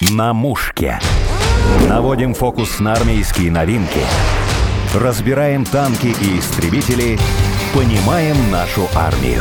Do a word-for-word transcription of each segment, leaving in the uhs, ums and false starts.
На мушке. Наводим фокус на армейские новинки. Разбираем танки и истребители. Понимаем нашу армию.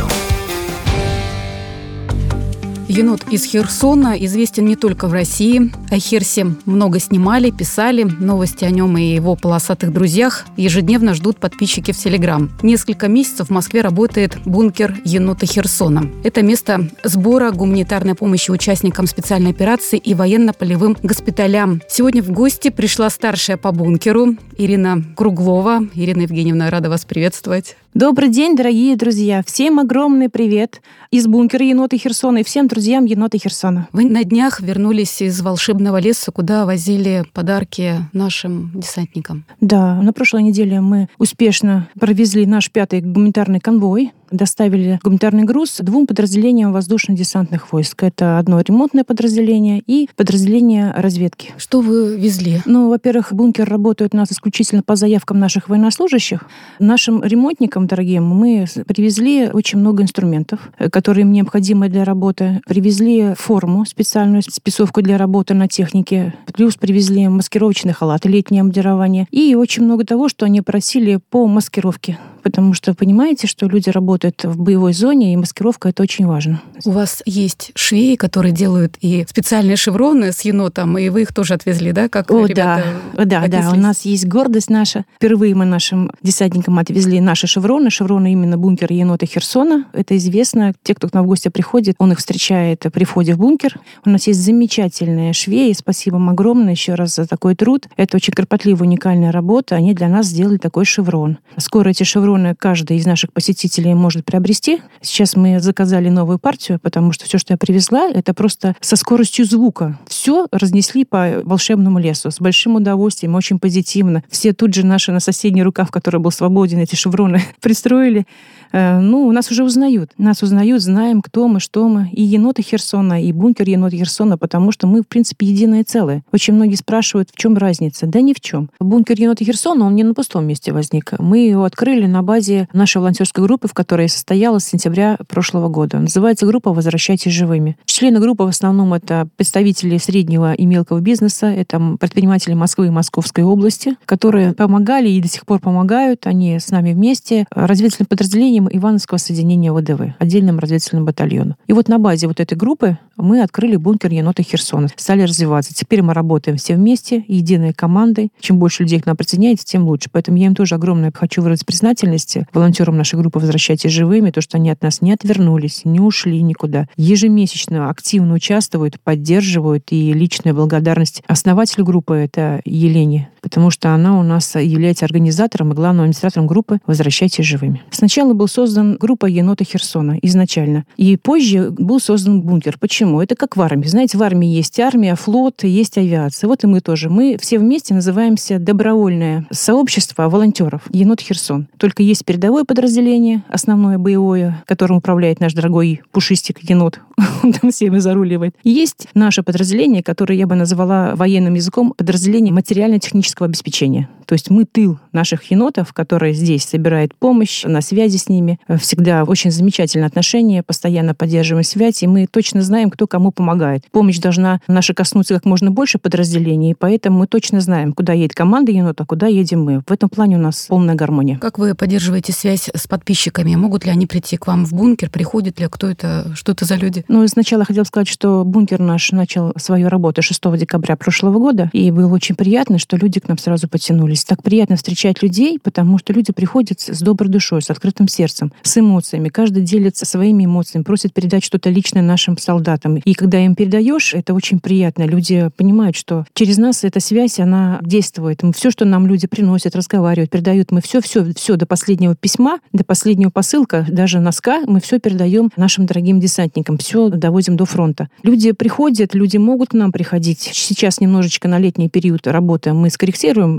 Енот из Херсона известен не только в России. О Херсе много снимали, писали. Новости о нем и его полосатых друзьях ежедневно ждут подписчики в Телеграм. Несколько месяцев в Москве работает бункер Енота Херсона. Это место сбора гуманитарной помощи участникам специальной операции и военно-полевым госпиталям. Сегодня в гости пришла старшая по бункеру Ирина Круглова. Ирина Евгеньевна, рада вас приветствовать. Добрый день, дорогие друзья! Всем огромный привет из бункера Енота Херсона и всем друзьям Енота Херсона. Вы на днях вернулись из волшебного леса, куда возили подарки нашим десантникам. Да, на прошлой неделе мы успешно провезли наш пятый гуманитарный конвой, доставили гуманитарный груз двум подразделениям воздушно-десантных войск. Это одно ремонтное подразделение и подразделение разведки. Что вы везли? Ну, во-первых, бункер работает у нас исключительно по заявкам наших военнослужащих. Нашим ремонтникам, дорогим, мы привезли очень много инструментов, которые им необходимы для работы. Привезли форму, специальную спецовку для работы на технике. Плюс привезли маскировочный халат, летнее обмундирование. И очень много того, что они просили по маскировке. Потому что понимаете, что люди работают в боевой зоне, и маскировка — это очень важно. У вас есть швеи, которые делают и специальные шевроны с енотом, и вы их тоже отвезли, да? Как О, ребята да, да, да. У нас есть гордость наша. Впервые мы нашим десантникам отвезли наши шевроны. Шевроны именно бункера Енота Херсона. Это известно. Те, кто к нам в гости приходит, он их встречает при входе в бункер. У нас есть замечательные швеи. Спасибо им огромное еще раз за такой труд. Это очень кропотливая, уникальная работа. Они для нас сделали такой шеврон. Скоро эти шевроны каждый из наших посетителей может приобрести. Сейчас мы заказали новую партию, потому что все, что я привезла, это просто со скоростью звука. Все разнесли по волшебному лесу с большим удовольствием, очень позитивно. Все тут же наши на соседний рукав, который был свободен, эти шевроны пристроили. Ну, нас уже узнают. Нас узнают, знаем, кто мы, что мы. И Енота Херсона, и бункер Енота Херсона, потому что мы, в принципе, единое целое. Очень многие спрашивают, в чем разница. Да ни в чем. Бункер Енота Херсона, он не на пустом месте возник. Мы его открыли на базе нашей волонтерской группы, в которой я состояла с сентября прошлого года. Называется группа «Возвращайтесь живыми». Члены группы в основном это представители среднего и мелкого бизнеса, это предприниматели Москвы и Московской области, которые помогали и до сих пор помогают. Они с нами вместе разведывательным подразделением Ивановского соединения ВДВ, отдельным разведывательным батальоном. И вот на базе вот этой группы мы открыли бункер Енота Херсона, стали развиваться. Теперь мы работаем все вместе, единой командой. Чем больше людей к нам присоединяется, тем лучше. Поэтому я им тоже огромное хочу выразить признательность волонтерам нашей группы «Возвращайтесь живыми», то, что они от нас не отвернулись, не ушли никуда. Ежемесячно активно участвуют, поддерживают. И личная благодарность основателю группы — это Елене, потому что она у нас является организатором и главным администратором группы «Возвращайтесь живыми». Сначала был создан группа Енота Херсона изначально. И позже был создан бункер. Почему? Это как в армии. Знаете, в армии есть армия, флот, есть авиация. Вот и мы тоже. Мы все вместе называемся добровольное сообщество волонтеров Енот Херсон. Только есть передовое подразделение, основное боевое, которым управляет наш дорогой пушистик енот. Он там всеми заруливает. Есть наше подразделение, которое я бы назвала военным языком подразделение материально-технического обеспечения. То есть мы тыл наших енотов, которые здесь собирают помощь, на связи с ними. Всегда очень замечательные отношения, постоянно поддерживаем связь, и мы точно знаем, кто кому помогает. Помощь должна наша коснуться как можно больше подразделений, и поэтому мы точно знаем, куда едет команда енота, куда едем мы. В этом плане у нас полная гармония. Как вы поддерживаете связь с подписчиками? Могут ли они прийти к вам в бункер? Приходят ли? Кто это? Что это за люди? Ну, сначала хотела сказать, что бункер наш начал свою работу шестого декабря прошлого года, и было очень приятно, что люди к нам сразу потянулись. Так приятно встречать людей, потому что люди приходят с доброй душой, с открытым сердцем, с эмоциями. Каждый делится своими эмоциями, просит передать что-то личное нашим солдатам. И когда им передаешь, это очень приятно. Люди понимают, что через нас эта связь, она действует. Все, что нам люди приносят, разговаривают, передают, мы все-все, все до последнего письма, до последнего посылка, даже носка, мы все передаем нашим дорогим десантникам. Все доводим до фронта. Люди приходят, люди могут к нам приходить. Сейчас немножечко на летний период работы мы скорректируем график работы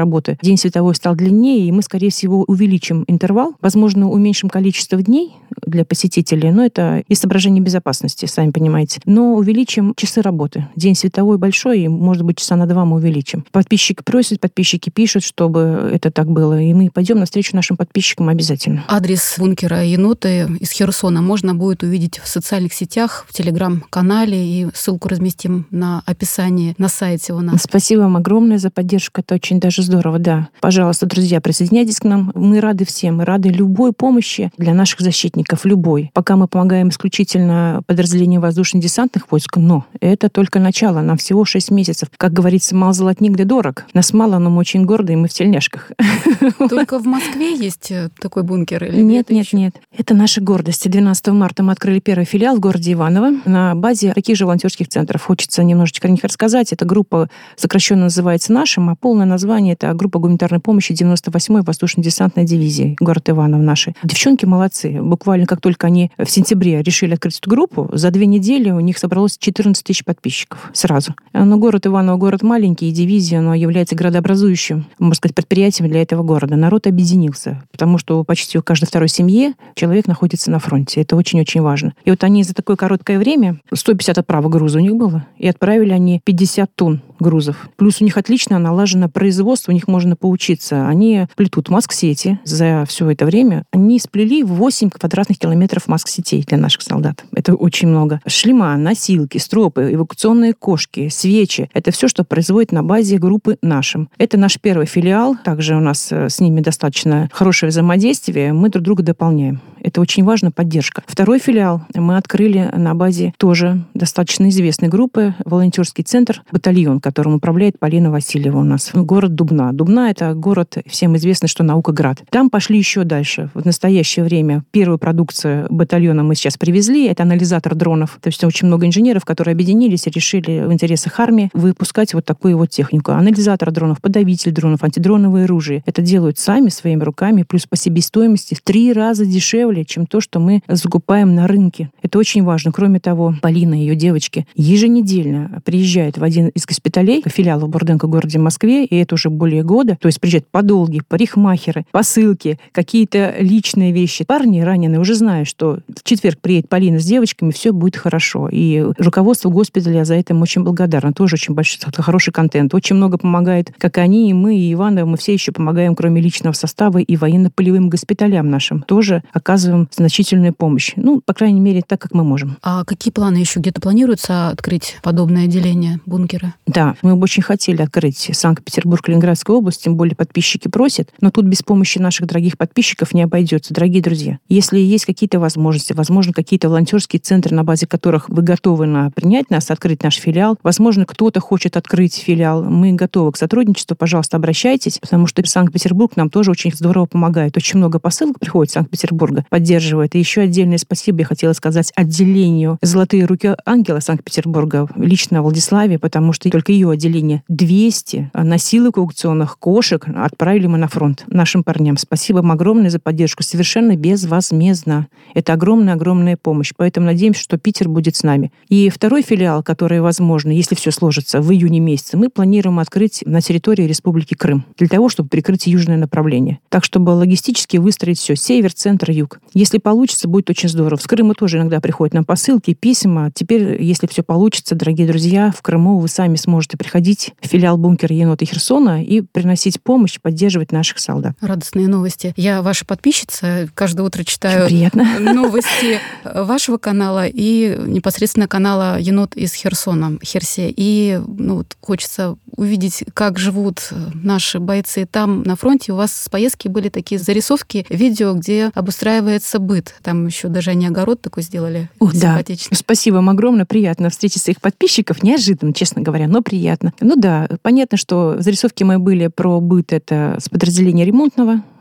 работы. День световой стал длиннее, и мы, скорее всего, увеличим интервал. Возможно, уменьшим количество дней для посетителей, но это из соображений безопасности, сами понимаете. Но увеличим часы работы. День световой большой, и, может быть, часа на два мы увеличим. Подписчики просят, подписчики пишут, чтобы это так было, и мы пойдем навстречу нашим подписчикам обязательно. Адрес бункера «Еноты» из Херсона можно будет увидеть в социальных сетях, в телеграм-канале, и ссылку разместим на описании на сайте у нас. Спасибо вам огромное за поддержку, это очень даже здорово, да. Пожалуйста, друзья, присоединяйтесь к нам. Мы рады всем, мы рады любой помощи для наших защитников, любой. Пока мы помогаем исключительно подразделению воздушно-десантных войск, но это только начало, нам всего шесть месяцев. Как говорится, мал золотник да дорог. Нас мало, но мы очень гордые, мы в тельняшках. Только в Москве есть такой бункер? Или нет, нет, еще? Нет. Это наша гордость. двенадцатого марта мы открыли первый филиал в городе Иваново на базе таких же волонтерских центров. Хочется немножечко о них рассказать. Эта группа сокращенно называется «Нашим», а полное название — это группа гуманитарной помощи девяносто восьмой воздушно-десантной дивизии, город Иваново наши. Девчонки молодцы. Буквально как только они в сентябре решили открыть эту группу, за две недели у них собралось четырнадцать тысяч подписчиков сразу. Но город Иваново город маленький, и дивизия, она является градообразующим, можно сказать, предприятием для этого города. Народ объединился, потому что почти у каждой второй семье человек находится на фронте. Это очень-очень важно. И вот они за такое короткое время, сто пятьдесят отправок груза у них было, и отправили они пятьдесят тонн грузов. Плюс у них отлично налажено производство, у них можно поучиться. Они плетут маск-сети за все это время. Они сплели восемь квадратных километров маск-сетей для наших солдат. Это очень много. Шлема, носилки, стропы, эвакуационные кошки, свечи. Это все, что производит на базе группы «Нашим». Это наш первый филиал. Также у нас с ними достаточно хорошее взаимодействие. Мы друг друга дополняем. Это очень важно, поддержка. Второй филиал мы открыли на базе тоже достаточно известной группы, волонтерский центр «Батальон», которым управляет Полина Васильева у нас. Город Дубна. Дубна — это город, всем известно, что наукоград. Там пошли еще дальше. В настоящее время первую продукцию батальона мы сейчас привезли. Это анализатор дронов. То есть очень много инженеров, которые объединились и решили в интересах армии выпускать вот такую вот технику. Анализатор дронов, подавитель дронов, антидроновое оружие. Это делают сами, своими руками, плюс по себестоимости в три раза дешевле, чем то, что мы закупаем на рынке. Это очень важно. Кроме того, Полина и ее девочки еженедельно приезжают в один из госпиталей, филиала Бурденко в городе Москве, и это уже более года. То есть приезжают подолги, парикмахеры, посылки, какие-то личные вещи. Парни раненые уже знают, что в четверг приедет Полина с девочками, все будет хорошо. И руководство госпиталя за это очень благодарно. Тоже очень большой, хороший контент. Очень много помогает, как они, и мы, и Иваново. Мы все еще помогаем, кроме личного состава, и военно-полевым госпиталям нашим. Тоже оказываем значительную помощь. Ну, по крайней мере, так, как мы можем. А какие планы еще? Где-то планируется открыть подобное отделение бункера? Да, мы бы очень хотели открыть Санкт-Петербург, Ленинградская область, тем более подписчики просят, но тут без помощи наших дорогих подписчиков не обойдется. Дорогие друзья, если есть какие-то возможности, возможно, какие-то волонтерские центры, на базе которых вы готовы на принять нас, открыть наш филиал, возможно, кто-то хочет открыть филиал, мы готовы к сотрудничеству, пожалуйста, обращайтесь, потому что Санкт-Петербург нам тоже очень здорово помогает. Очень много посылок приходит из Санкт-Петербурга, поддерживает. И еще отдельное спасибо я хотела сказать отделению «Золотые руки ангела» Санкт-Петербурга, лично Владиславе, потому что только ее отделение двести носилок аукционных, кошек отправили мы на фронт нашим парням. Спасибо им огромное за поддержку. Совершенно безвозмездно. Это огромная-огромная помощь. Поэтому надеемся, что Питер будет с нами. И второй филиал, который, возможно, если все сложится, в июне месяце, мы планируем открыть на территории Республики Крым для того, чтобы прикрыть южное направление. Так, чтобы логистически выстроить все. Север, центр, юг. Если получится, будет очень здорово. С Крыма тоже иногда приходят нам посылки, письма. Теперь, если все получится, дорогие друзья, в Крыму вы сами сможете приходить в филиал бункера «Еноты» Херсона и приносить помощь, поддерживать наших солдат. Радостные новости. Я ваша подписчица. Каждое утро читаю новости вашего канала и непосредственно канала «Енот» из Херсона, Херсе. И ну, вот, хочется увидеть, как живут наши бойцы там, на фронте. У вас с поездки были такие зарисовки, видео, где обустраивается быт. Там еще даже они огород такой сделали. О, да. Спасибо вам огромное. Приятно встретить своих подписчиков. Неожиданно, честно говоря, но приятно. Ну да, понятно, что зарисовки мои были про быт. Это с подразделения ремонтного.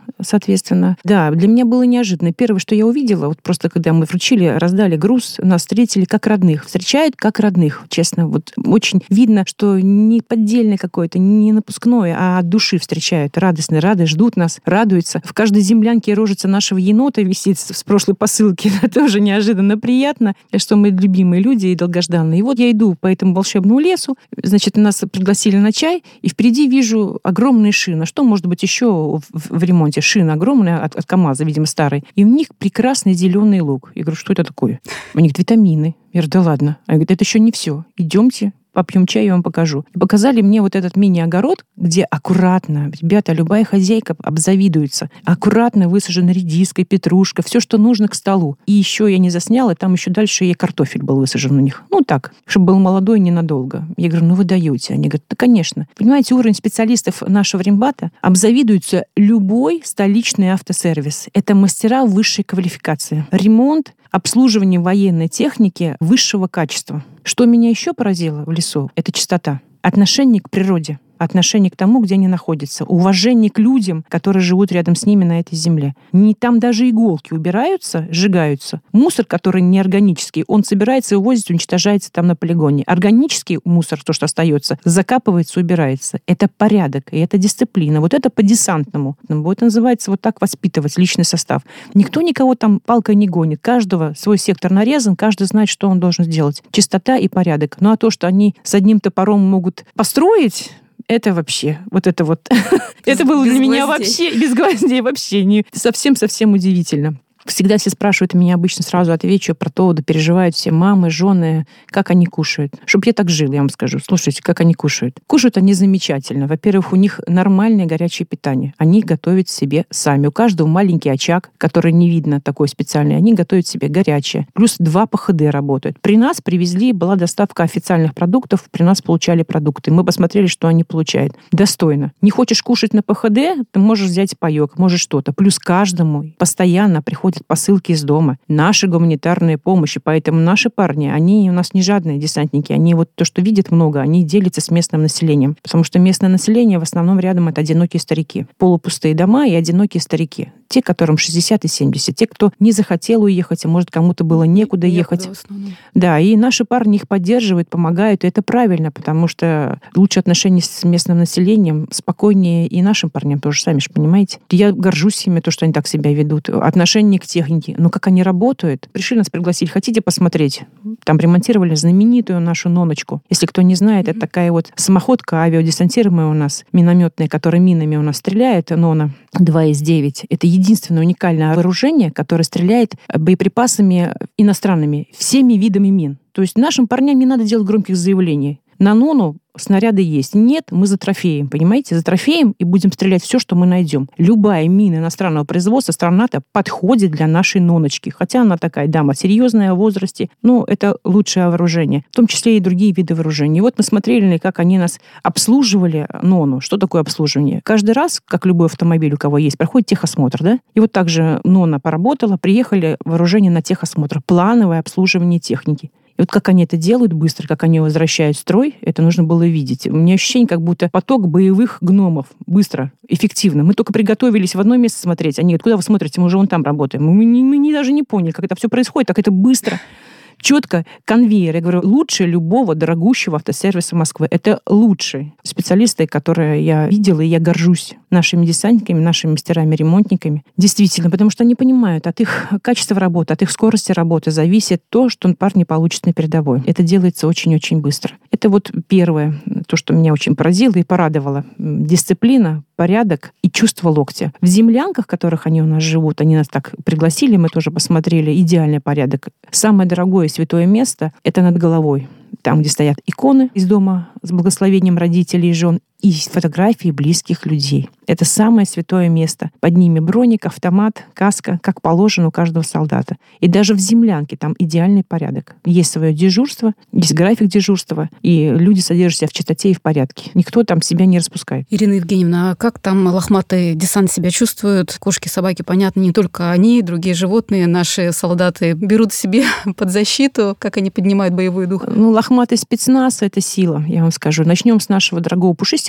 соответственно. Да, для меня было неожиданно. Первое, что я увидела, вот просто когда мы вручили, раздали груз, нас встретили как родных. Встречают как родных, честно. Вот очень видно, что не поддельное какое-то, не напускное, а от души встречают. Радостно, рады, ждут нас, радуются. В каждой землянке рожица нашего енота висит с прошлой посылки. Это тоже неожиданно приятно, что мы любимые люди и долгожданные. И вот я иду по этому волшебному лесу, значит, нас пригласили на чай, и впереди вижу огромные шины. Что может быть еще в, в ремонте? Шина огромная от, от КамАЗа, видимо, старой. И у них прекрасный зеленый лук. Я говорю, что это такое? У них витамины. Я говорю, да ладно. Они говорят, это еще не все. Идемте, попьем чай, я вам покажу. И показали мне вот этот мини-огород, где аккуратно, ребята, любая хозяйка обзавидуется, аккуратно высажена редиска, петрушка, все, что нужно к столу. И еще я не засняла, там еще дальше и картофель был высажен у них. Ну так, чтобы был молодой ненадолго. Я говорю, ну вы даете. Они говорят, да, конечно. Понимаете, уровень специалистов нашего рембата обзавидуется любой столичный автосервис. Это мастера высшей квалификации. Ремонт, обслуживание военной техники высшего качества. Что меня еще поразило в лесу, это чистота. Отношение к природе, отношение к тому, где они находятся, уважение к людям, которые живут рядом с ними на этой земле. Не там даже иголки убираются, сжигаются. Мусор, который неорганический, он собирается и увозится, уничтожается там на полигоне. Органический мусор, то, что остается, закапывается, убирается. Это порядок, и это дисциплина. Вот это по-десантному. Вот это называется вот так воспитывать личный состав. Никто никого там палкой не гонит. Каждого свой сектор нарезан, каждый знает, что он должен сделать. Чистота и порядок. Ну а то, что они с одним топором могут построить, это вообще, вот это вот, это было для меня вообще, без гвоздей вообще, не совсем-совсем удивительно. Всегда все спрашивают меня, обычно сразу отвечу про то, да переживают все мамы, жены, как они кушают. Чтоб я так жил, я вам скажу. Слушайте, как они кушают. Кушают они замечательно. Во-первых, у них нормальное горячее питание. Они готовят себе сами. У каждого маленький очаг, который не видно такой специальный. Они готовят себе горячее. Плюс два ПХД работают. При нас привезли, была доставка официальных продуктов, при нас получали продукты. Мы посмотрели, что они получают. Достойно. Не хочешь кушать на ПХД, ты можешь взять паёк, можешь что-то. Плюс каждому постоянно приходит посылки из дома, наши гуманитарные помощи, поэтому наши парни, они у нас не жадные десантники, они вот то, что видят много, они делятся с местным населением, потому что местное население в основном рядом это одинокие старики, полупустые дома и одинокие старики, те, которым шестьдесят и семьдесят, те, кто не захотел уехать, а может кому-то было некуда, некуда ехать. Да, и наши парни их поддерживают, помогают, и это правильно, потому что лучше отношения с местным населением, спокойнее и нашим парням тоже, сами же понимаете. Я горжусь ими, то, что они так себя ведут. Отношение к технике, ну как они работают. Пришли нас пригласили, хотите посмотреть? Там ремонтировали знаменитую нашу Ноночку. Если кто не знает, mm-hmm. это такая вот самоходка авиадесантируемая у нас, минометная, которая минами у нас стреляет, Нона два эс девять. Это единственное уникальное вооружение, которое стреляет боеприпасами иностранными, всеми видами мин. То есть нашим парням не надо делать громких заявлений. На Нону снаряды есть. Нет, мы за трофеем, понимаете? За трофеем и будем стрелять все, что мы найдем. Любая мина иностранного производства страна-то подходит для нашей Ноночки. Хотя она такая, дама, серьезная в возрасте, но это лучшее вооружение. В том числе и другие виды вооружений. И вот мы смотрели, как они нас обслуживали, Нону. Что такое обслуживание? Каждый раз, как любой автомобиль у кого есть, проходит техосмотр, да? И вот так же Нона поработала, приехали вооружение на техосмотр. Плановое обслуживание техники. И вот как они это делают быстро, как они возвращают строй, это нужно было видеть. У меня ощущение, как будто поток боевых гномов. Быстро, эффективно. Мы только приготовились в одно место смотреть. Они говорят, куда вы смотрите? Мы уже вон там работаем. Мы, не, мы не, даже не поняли, как это все происходит. Так это быстро. Четко, конвейер. Я говорю, лучше любого дорогущего автосервиса Москвы. Это лучшие специалисты, которые я видела, и я горжусь нашими десантниками, нашими мастерами-ремонтниками. Действительно, потому что они понимают, от их качества работы, от их скорости работы зависит то, что парни получат на передовой. Это делается очень-очень быстро. Это вот первое, то, что меня очень поразило и порадовало. Дисциплина, порядок и чувство локтя. В землянках, в которых они у нас живут, они нас так пригласили, мы тоже посмотрели, идеальный порядок. Самое дорогое святое место — это над головой. Там, где стоят иконы из дома с благословением родителей и жен, и фотографии близких людей. Это самое святое место. Под ними броник, автомат, каска, как положено у каждого солдата. И даже в землянке там идеальный порядок. Есть свое дежурство, есть график дежурства, и люди содержат себя в чистоте и в порядке. Никто там себя не распускает. Ирина Евгеньевна, а как там лохматый десант себя чувствуют? Кошки, собаки, понятно, не только они, другие животные, наши солдаты берут себе под защиту. Как они поднимают боевой дух? Ну, лохматый спецназ — это сила, я вам скажу. Начнем с нашего дорогого пушистика,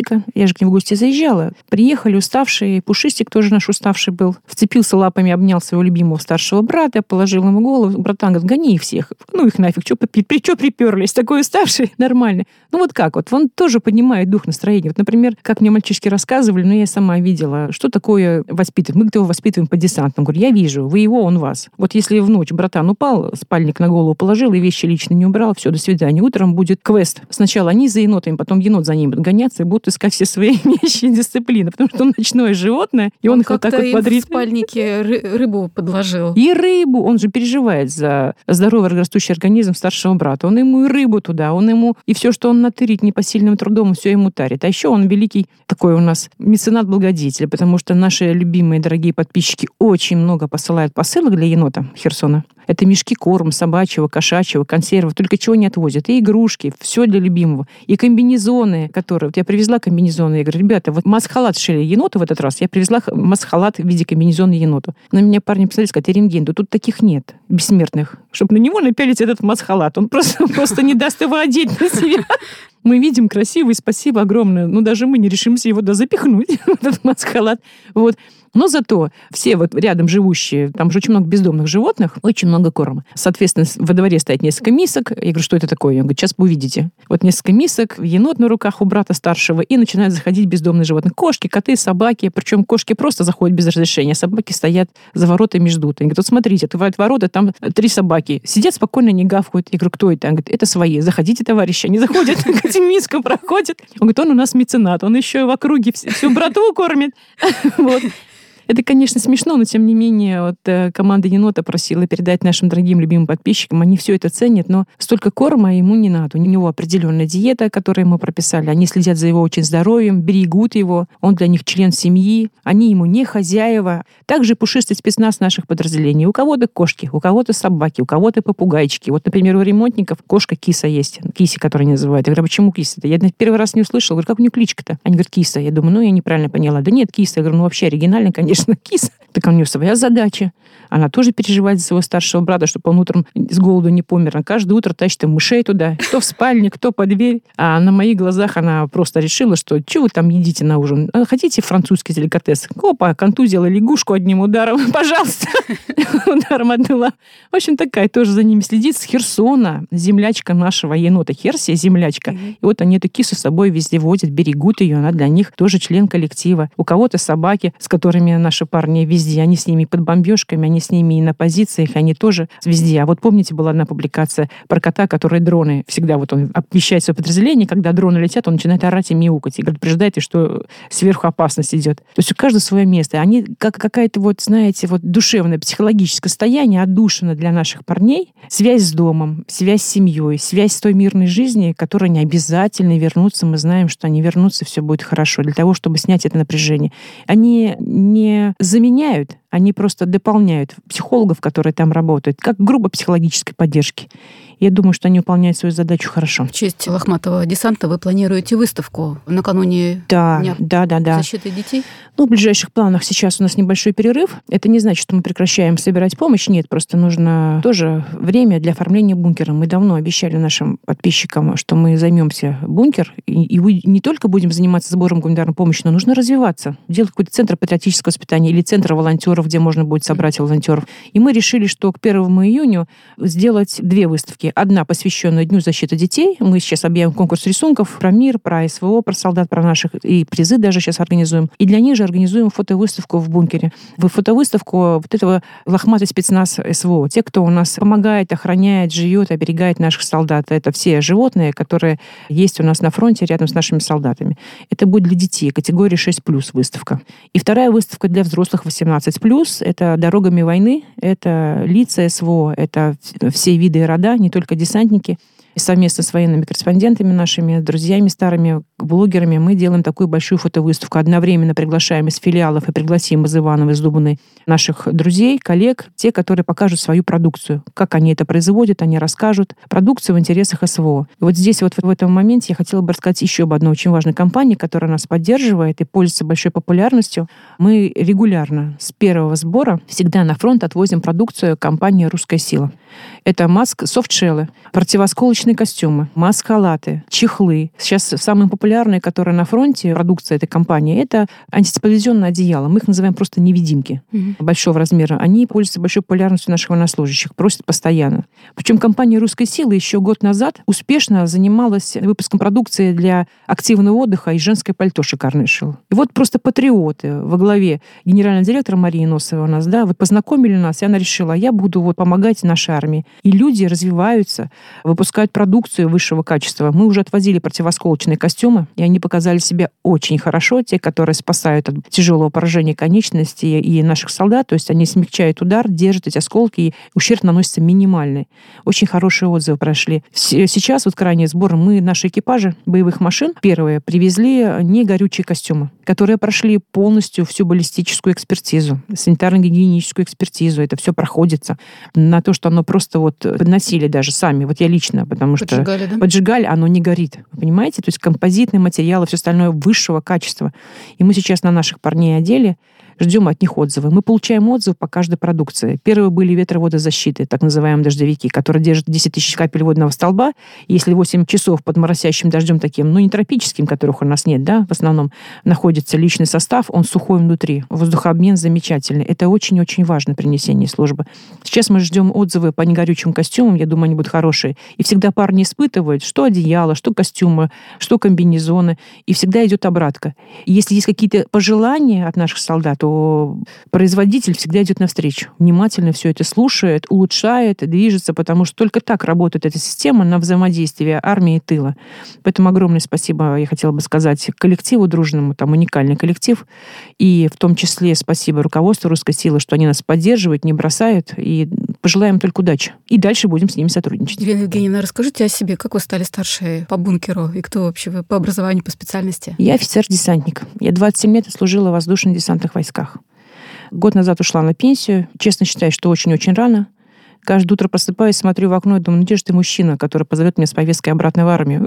Пушистика. Я же к ним в гости заезжала. Приехали уставшие. Пушистик тоже наш уставший был. Вцепился лапами, обнял своего любимого старшего брата, положил ему голову. Братан говорит, гони их всех. Ну их нафиг, что при, при, приперлись? Такой уставший, нормально. Ну вот как вот, он тоже поднимает дух настроения. Вот, например, как мне мальчишки рассказывали, но я сама видела, что такое воспитывать. Мы его воспитываем по десантам. Говорю, я вижу, вы его, он вас. Вот если в ночь братан упал, спальник на голову положил и вещи лично не убрал, все, до свидания. Утром будет квест. Сначала они за енотами, потом енот за ним будет гоняться и будут искать все свои вещи и дисциплины, потому что он ночное животное, и он, он их вот так вот бодрит. В спальнике рыбу подложил. И рыбу. Он же переживает за здоровый растущий организм старшего брата. Он ему и рыбу туда, он ему и все, что он натырит непосильным трудом, все ему тарит. А еще он великий такой у нас меценат-благодетель, потому что наши любимые, дорогие подписчики очень много посылают посылок для енота Херсона. Это мешки корм собачьего, кошачьего, консервов, только чего не отвозят. И игрушки, все для любимого. И комбинезоны, которые... Вот я привезла комбинезоны, я говорю, ребята, вот маск-халат шили еноту в этот раз, я привезла маск-халат в виде комбинезона еноту. На меня парни посмотрели, сказали, Рентген, да тут таких нет, бессмертных, чтобы на него напялить этот маск-халат. Он просто, просто не даст его одеть на себя. Мы видим красивый, спасибо огромное. Ну, даже мы не решимся его да запихнуть, этот маск-халат. Вот. Но зато все вот рядом живущие, там же очень много бездомных животных, очень много корма. Соответственно, во дворе стоит несколько мисок. Я говорю, что это такое? Он говорит, сейчас вы увидите. Вот несколько мисок, енот на руках у брата старшего, и начинают заходить бездомные животные. Кошки, коты, собаки. Причем кошки просто заходят без разрешения, а собаки стоят за воротами и ждут. Они говорят, вот смотрите, открывают ворота, там три собаки. Сидят спокойно, не гавкают. Я говорю, кто это? Он говорит, это свои. Заходите, товарищи. Они заходят, миску проходят. Он говорит, он у нас меценат. Он еще в округе всю братву кормит. Вот. Это, конечно, смешно, но, тем не менее, вот, команда енота просила передать нашим дорогим любимым подписчикам. Они все это ценят, но столько корма ему не надо. У него определенная диета, которую мы прописали. Они следят за его очень здоровьем, берегут его. Он для них член семьи. Они ему не хозяева. Также пушистый спецназ наших подразделений. У кого-то кошки, у кого-то собаки, у кого-то попугайчики. Вот, например, у ремонтников кошка Киса есть. Киси, которую они называют. Я говорю, а почему Киса-то? Я первый раз не услышала. Говорю, как у нее кличка-то? Они говорят, Киса. Я думаю, ну, я неправильно поняла. Да нет, Киса. Я говорю, ну, вообще оригинально, конечно. Киса. Так у нее своя задача. Она тоже переживает за своего старшего брата, чтобы он утром с голоду не помер. Она каждое утро тащит им мышей туда. Кто в спальне, кто под дверь. А на моих глазах она просто решила, что что вы там едите на ужин? Хотите французский деликатес? Опа, контузила лягушку одним ударом. Пожалуйста. Ударом отдала. В общем, такая тоже за ними следит. С Херсона. Землячка нашего енота. Херсия землячка. И вот они эту кису с собой везде водят, берегут ее. Она для них тоже член коллектива. У кого-то собаки, с которыми наши парни везде. Они с ними под бомбежками, они с ними и на позициях, они тоже везде. А вот помните, была одна публикация про кота, который дроны, всегда вот он обвещает свое подразделение, когда дроны летят, он начинает орать и мяукать. И говорит, предупреждайте, что сверху опасность идет. То есть у каждого свое место. Они как какая-то вот, знаете, вот душевное, психологическое состояние, отдушина для наших парней. Связь с домом, связь с семьей, связь с той мирной жизнью, которой они обязательно вернутся. Мы знаем, что они вернутся, все будет хорошо. Для того, чтобы снять это напряжение. Они не заменяют, они просто дополняют психологов, которые там работают, как группа психологической поддержки. Я думаю, что они выполняют свою задачу хорошо. В честь лохматого десанта вы планируете выставку накануне да, Дня да, да, да. защиты детей? Ну, в ближайших планах сейчас у нас небольшой перерыв. Это не значит, что мы прекращаем собирать помощь. Нет, просто нужно тоже время для оформления бункера. Мы давно обещали нашим подписчикам, что мы займемся бункер. И, и не только будем заниматься сбором гуманитарной помощи, но нужно развиваться. Делать какой-то центр патриотического воспитания или центр волонтеров, где можно будет собрать волонтеров. И мы решили, что к первому июня сделать две выставки. Одна, посвященная Дню защиты детей. Мы сейчас объявим конкурс рисунков про мир, про СВО, про солдат, про наших. И призы даже сейчас организуем. И для них же организуем фотовыставку в бункере. В фотовыставку вот этого лохматый спецназ СВО. Те, кто у нас помогает, охраняет, живет, оберегает наших солдат. Это все животные, которые есть у нас на фронте рядом с нашими солдатами. Это будет для детей, категории шесть плюс выставка. И вторая выставка для взрослых восемнадцать плюс. Это «Дорогами войны», это лица СВО, это все виды и рода, не только десантники. И совместно с военными корреспондентами нашими, друзьями старыми, блогерами мы делаем такую большую фотовыставку. Одновременно приглашаем из филиалов и пригласим из Иваново, из Дубны наших друзей, коллег, те, которые покажут свою продукцию. Как они это производят, они расскажут. Продукцию в интересах СВО. И вот здесь вот в этом моменте я хотела бы рассказать еще об одной очень важной компании, которая нас поддерживает и пользуется большой популярностью. Мы регулярно с первого сбора всегда на фронт отвозим продукцию компании «Русская сила». Это маск, софтшеллы, противосколочные костюмы, маск-халаты, чехлы. Сейчас самые популярные, которые на фронте, продукция этой компании, это антиципализионное одеяло. Мы их называем просто невидимки mm-hmm. большого размера. Они пользуются большой популярностью наших военнослужащих, просят постоянно. Причем компания «Русская сила» еще год назад успешно занималась выпуском продукции для активного отдыха и женское пальто шикарное шила. И вот просто патриоты во главе генерального директора Марии Носовой у нас, да, вот познакомили нас, и она решила, я буду вот помогать нашей армии. И люди развиваются, выпускают продукцию высшего качества. Мы уже отвозили противосколочные костюмы, и они показали себя очень хорошо. Те, которые спасают от тяжелого поражения конечностей и наших солдат, то есть они смягчают удар, держат эти осколки, и ущерб наносится минимальный. Очень хорошие отзывы прошли. Сейчас, вот крайний сбор, мы, наши экипажи боевых машин, первые, привезли негорючие костюмы, которые прошли полностью всю баллистическую экспертизу, санитарно-гигиеническую экспертизу. Это все проходится на то, что оно просто вот подносили даже сами. Вот я лично, потому что поджигали, да? поджигали, оно не горит. Вы понимаете? То есть композитные материалы, все остальное высшего качества. И мы сейчас на наших парней одели, ждем от них отзывы. Мы получаем отзывы по каждой продукции. Первые были ветроводозащиты, так называемые дождевики, которые держат десять тысяч капель водного столба. Если восемь часов под моросящим дождем таким, ну не тропическим, которых у нас нет, да, в основном находится личный состав, он сухой внутри. Воздухообмен замечательный. Это очень-очень важно при несении службы. Сейчас мы ждем отзывы по негорючим костюмам, я думаю, они будут хорошие. И всегда парни испытывают, что одеяло, что костюмы, что комбинезоны. И всегда идет обратка. И если есть какие-то пожелания от наших солдат, то производитель всегда идет навстречу. Внимательно все это слушает, улучшает, движется, потому что только так работает эта система на взаимодействие армии и тыла. Поэтому огромное спасибо, я хотела бы сказать, коллективу дружному, там уникальный коллектив, и в том числе спасибо руководству «Русской силы», что они нас поддерживают, не бросают, и пожелаем только удачи. И дальше будем с ними сотрудничать. Елена Евгеньевна, расскажите о себе, как вы стали старшей по бункеру, и кто вообще вы по образованию, по специальности? Я офицер-десантник. Я двадцать семь лет служила в воздушно-десантных войсках. Год назад ушла на пенсию. Честно считаю, что очень-очень рано. Каждое утро просыпаюсь, смотрю в окно и думаю, ну где же ты, мужчина, который позовет меня с повесткой обратно в армию?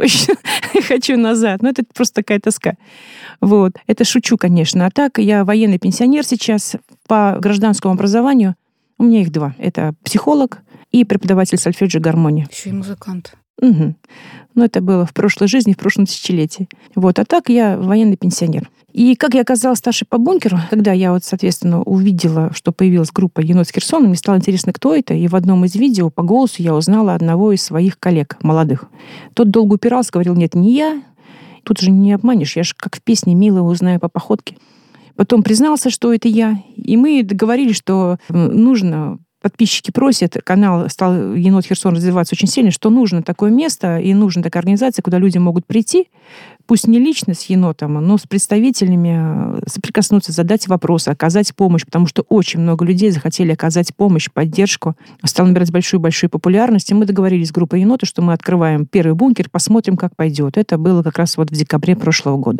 Хочу назад. Ну, это просто такая тоска. Вот. Это шучу, конечно. А так, я военный пенсионер сейчас. По гражданскому образованию у меня их два. Это психолог и преподаватель сольфеджио и гармонии. Еще и музыкант. Угу. Ну, это было в прошлой жизни, в прошлом тысячелетии. Вот. А так я военный пенсионер. И как я оказалась старшей по бункеру, когда я вот, соответственно, увидела, что появилась группа «Енот с Херсона», мне стало интересно, кто это. И в одном из видео по голосу я узнала одного из своих коллег, молодых. Тот долго упирался, говорил, нет, не я. Тут же не обманешь, я же как в песне «Мило узнаю по походке». Потом признался, что это я. И мы договорились, что нужно... Подписчики просят, канал стал «Енот Херсон» развиваться очень сильно, что нужно такое место и нужна такая организация, куда люди могут прийти, пусть не лично с енотом, но с представителями, соприкоснуться, задать вопросы, оказать помощь, потому что очень много людей захотели оказать помощь, поддержку. Стал набирать большую-большую популярность, и мы договорились с группой «Енота», что мы открываем первый бункер, посмотрим, как пойдет. Это было как раз вот в декабре прошлого года.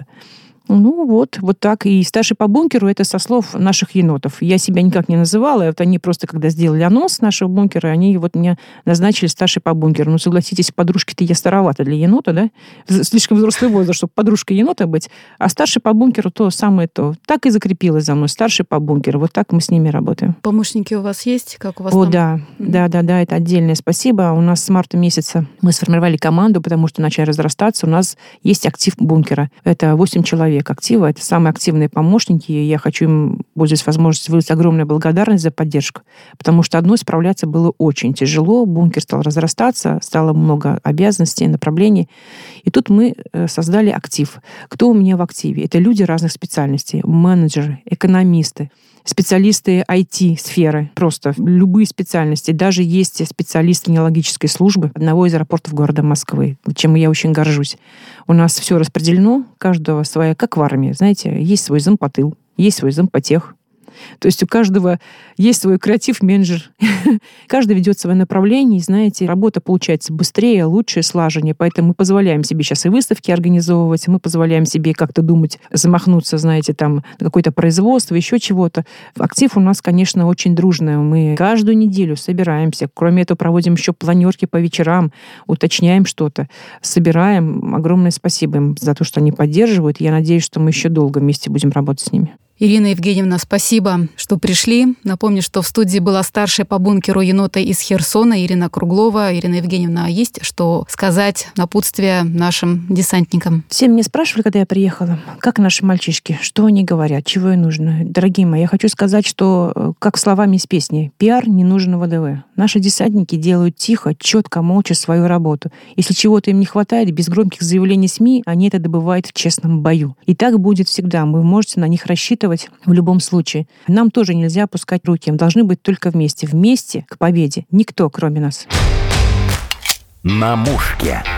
Ну вот, вот так. И старший по бункеру — это со слов наших енотов. Я себя никак не называла. Вот они просто, когда сделали анонс нашего бункера, они вот меня назначили старшей по бункеру. Ну, согласитесь, подружки-то я старовата для енота, да? Слишком взрослый возраст, чтобы подружкой енота быть. А старший по бункеру то самое то. Так и закрепилось за мной. Старший по бункеру. Вот так мы с ними работаем. Помощники у вас есть? Как у вас О, там? да. Mm-hmm. Да, да, да. Это отдельное спасибо. У нас с марта месяца мы сформировали команду, потому что начали разрастаться. У нас есть актив бункера. Это восемь человек актива. Это самые активные помощники. И я хочу им, пользуясь возможностью, выразить огромную благодарность за поддержку. Потому что одной справляться было очень тяжело. Бункер стал разрастаться, стало много обязанностей, направлений. И тут мы создали актив. Кто у меня в активе? Это люди разных специальностей. Менеджеры, экономисты, специалисты ай ти-сферы, просто любые специальности. Даже есть специалисты генеалогической службы одного из аэропортов города Москвы, чем я очень горжусь. У нас все распределено, каждого своя, как в армии. Знаете, есть свой зампотыл, есть свой зампотех. То есть у каждого есть свой креатив-менеджер. Каждый ведет свое направление, и, знаете, работа получается быстрее, лучше, слаженнее. Поэтому мы позволяем себе сейчас и выставки организовывать, мы позволяем себе как-то думать, замахнуться, знаете, там, на какое-то производство, еще чего-то. Актив у нас, конечно, очень дружный. Мы каждую неделю собираемся. Кроме этого, проводим еще планерки по вечерам, уточняем что-то, собираем. Огромное спасибо им за то, что они поддерживают. Я надеюсь, что мы еще долго вместе будем работать с ними. Ирина Евгеньевна, спасибо, что пришли. Напомню, что в студии была старшая по бункеру енота из Херсона Ирина Круглова. Ирина Евгеньевна, есть что сказать, напутствие нашим десантникам? Все меня спрашивали, когда я приехала, как наши мальчишки, что они говорят, чего им нужно. Дорогие мои, я хочу сказать, что, как словами из песни, пиар не нужен ВДВ. Наши десантники делают тихо, четко, молча свою работу. Если чего-то им не хватает, без громких заявлений СМИ, они это добывают в честном бою. И так будет всегда. Вы можете на них рассчитывать в любом случае. Нам тоже нельзя опускать руки. Мы должны быть только вместе. Вместе к победе. Никто, кроме нас. На мушке.